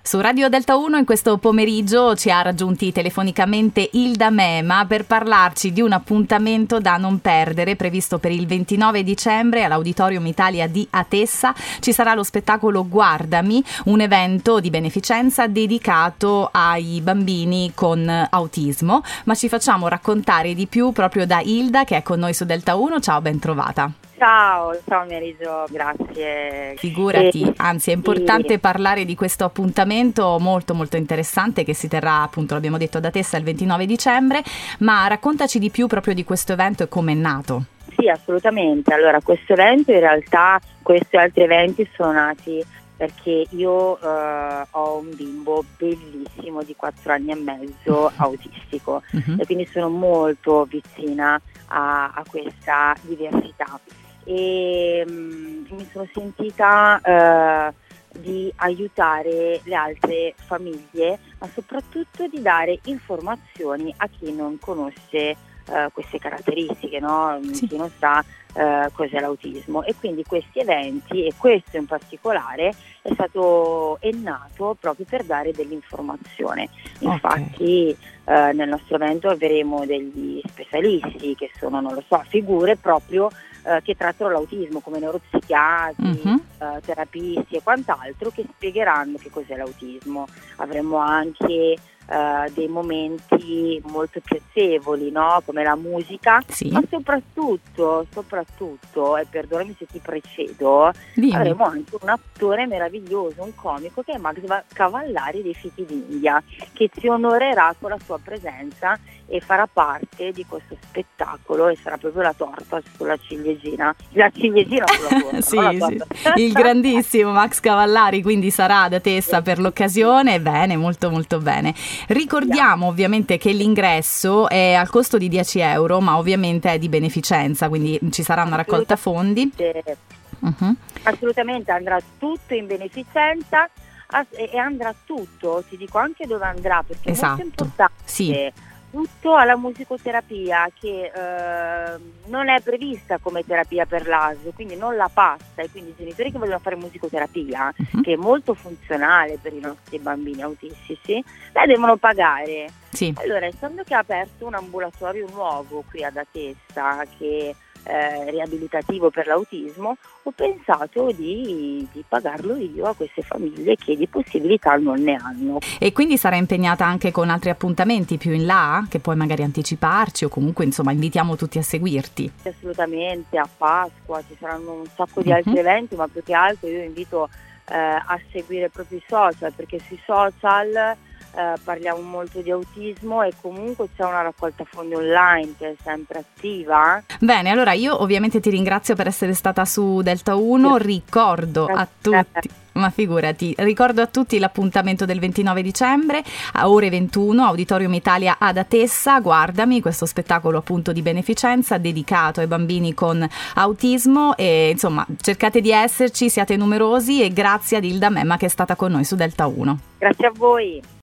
Su Radio Delta 1 in questo pomeriggio ci ha raggiunti telefonicamente Ilda Mema per parlarci di un appuntamento da non perdere previsto per il 29 dicembre all'Auditorium Italia di Atessa. Ci sarà lo spettacolo Guardami, un evento di beneficenza dedicato ai bambini con autismo, ma ci facciamo raccontare di più proprio da Ilda, che è con noi su Delta 1. Ciao, ben trovata. Ciao Meriggio, grazie. Figurati, anzi è importante parlare di questo appuntamento molto molto interessante che si terrà, appunto l'abbiamo detto, ad Atessa il 29 dicembre, ma raccontaci di più proprio di questo evento e come è nato. Sì, assolutamente. Allora, questo evento in realtà, questi altri eventi sono nati perché io ho un bimbo bellissimo di 4 anni e mezzo autistico e quindi sono molto vicina a questa diversità e mi sono sentita di aiutare le altre famiglie, ma soprattutto di dare informazioni a chi non conosce queste caratteristiche, no? Sì. Chi non sa cos'è l'autismo, e quindi questi eventi, e questo in particolare, è nato proprio per dare dell'informazione. Infatti nel nostro evento avremo degli specialisti che sono, non lo so, figure proprio che trattano l'autismo, come neuropsichiatri, terapisti e quant'altro, che spiegheranno che cos'è l'autismo. Avremo anche dei momenti molto piacevoli, no? Come la musica, sì. Ma soprattutto, e perdonami se ti precedo, avremo anche un attore meraviglioso, un comico, che è Max Cavallari dei Fichi d'India, che ci onorerà con la sua presenza e farà parte di questo spettacolo, e sarà proprio la torta sulla ciliegina, la ciliegina sulla torta, sì, la torta. Sì. Il grandissimo Max Cavallari quindi sarà ad Atessa per l'occasione. Bene, molto molto bene. Ricordiamo ovviamente che l'ingresso è al costo di 10 euro, ma ovviamente è di beneficenza, quindi ci sarà una raccolta fondi. Assolutamente, andrà tutto in beneficenza e andrà tutto, ti dico anche dove andrà, perché è molto importante. Sì. Tutto alla musicoterapia, che non è prevista come terapia per l'ASL, quindi non la passa, e quindi i genitori che vogliono fare musicoterapia, che è molto funzionale per i nostri bambini autistici, la devono pagare. Sì. Allora, essendo che ha aperto un ambulatorio nuovo qui ad Atessa, che riabilitativo per l'autismo, ho pensato di pagarlo io a queste famiglie che di possibilità non ne hanno. E quindi sarà impegnata anche con altri appuntamenti più in là, che puoi magari anticiparci, o comunque insomma invitiamo tutti a seguirti? Assolutamente, a Pasqua ci saranno un sacco di altri eventi, ma più che altro io invito a seguire proprio i social, perché sui social parliamo molto di autismo, e comunque c'è una raccolta fondi online che è sempre attiva. Bene, allora io ovviamente ti ringrazio per essere stata su Delta 1, ricordo a tutti, ma figurati, ricordo a tutti l'appuntamento del 29 dicembre a ore 21, Auditorium Italia ad Atessa, Guardami, questo spettacolo appunto di beneficenza dedicato ai bambini con autismo, e insomma cercate di esserci, siate numerosi, e grazie ad Ilda Mema che è stata con noi su Delta 1. Grazie a voi.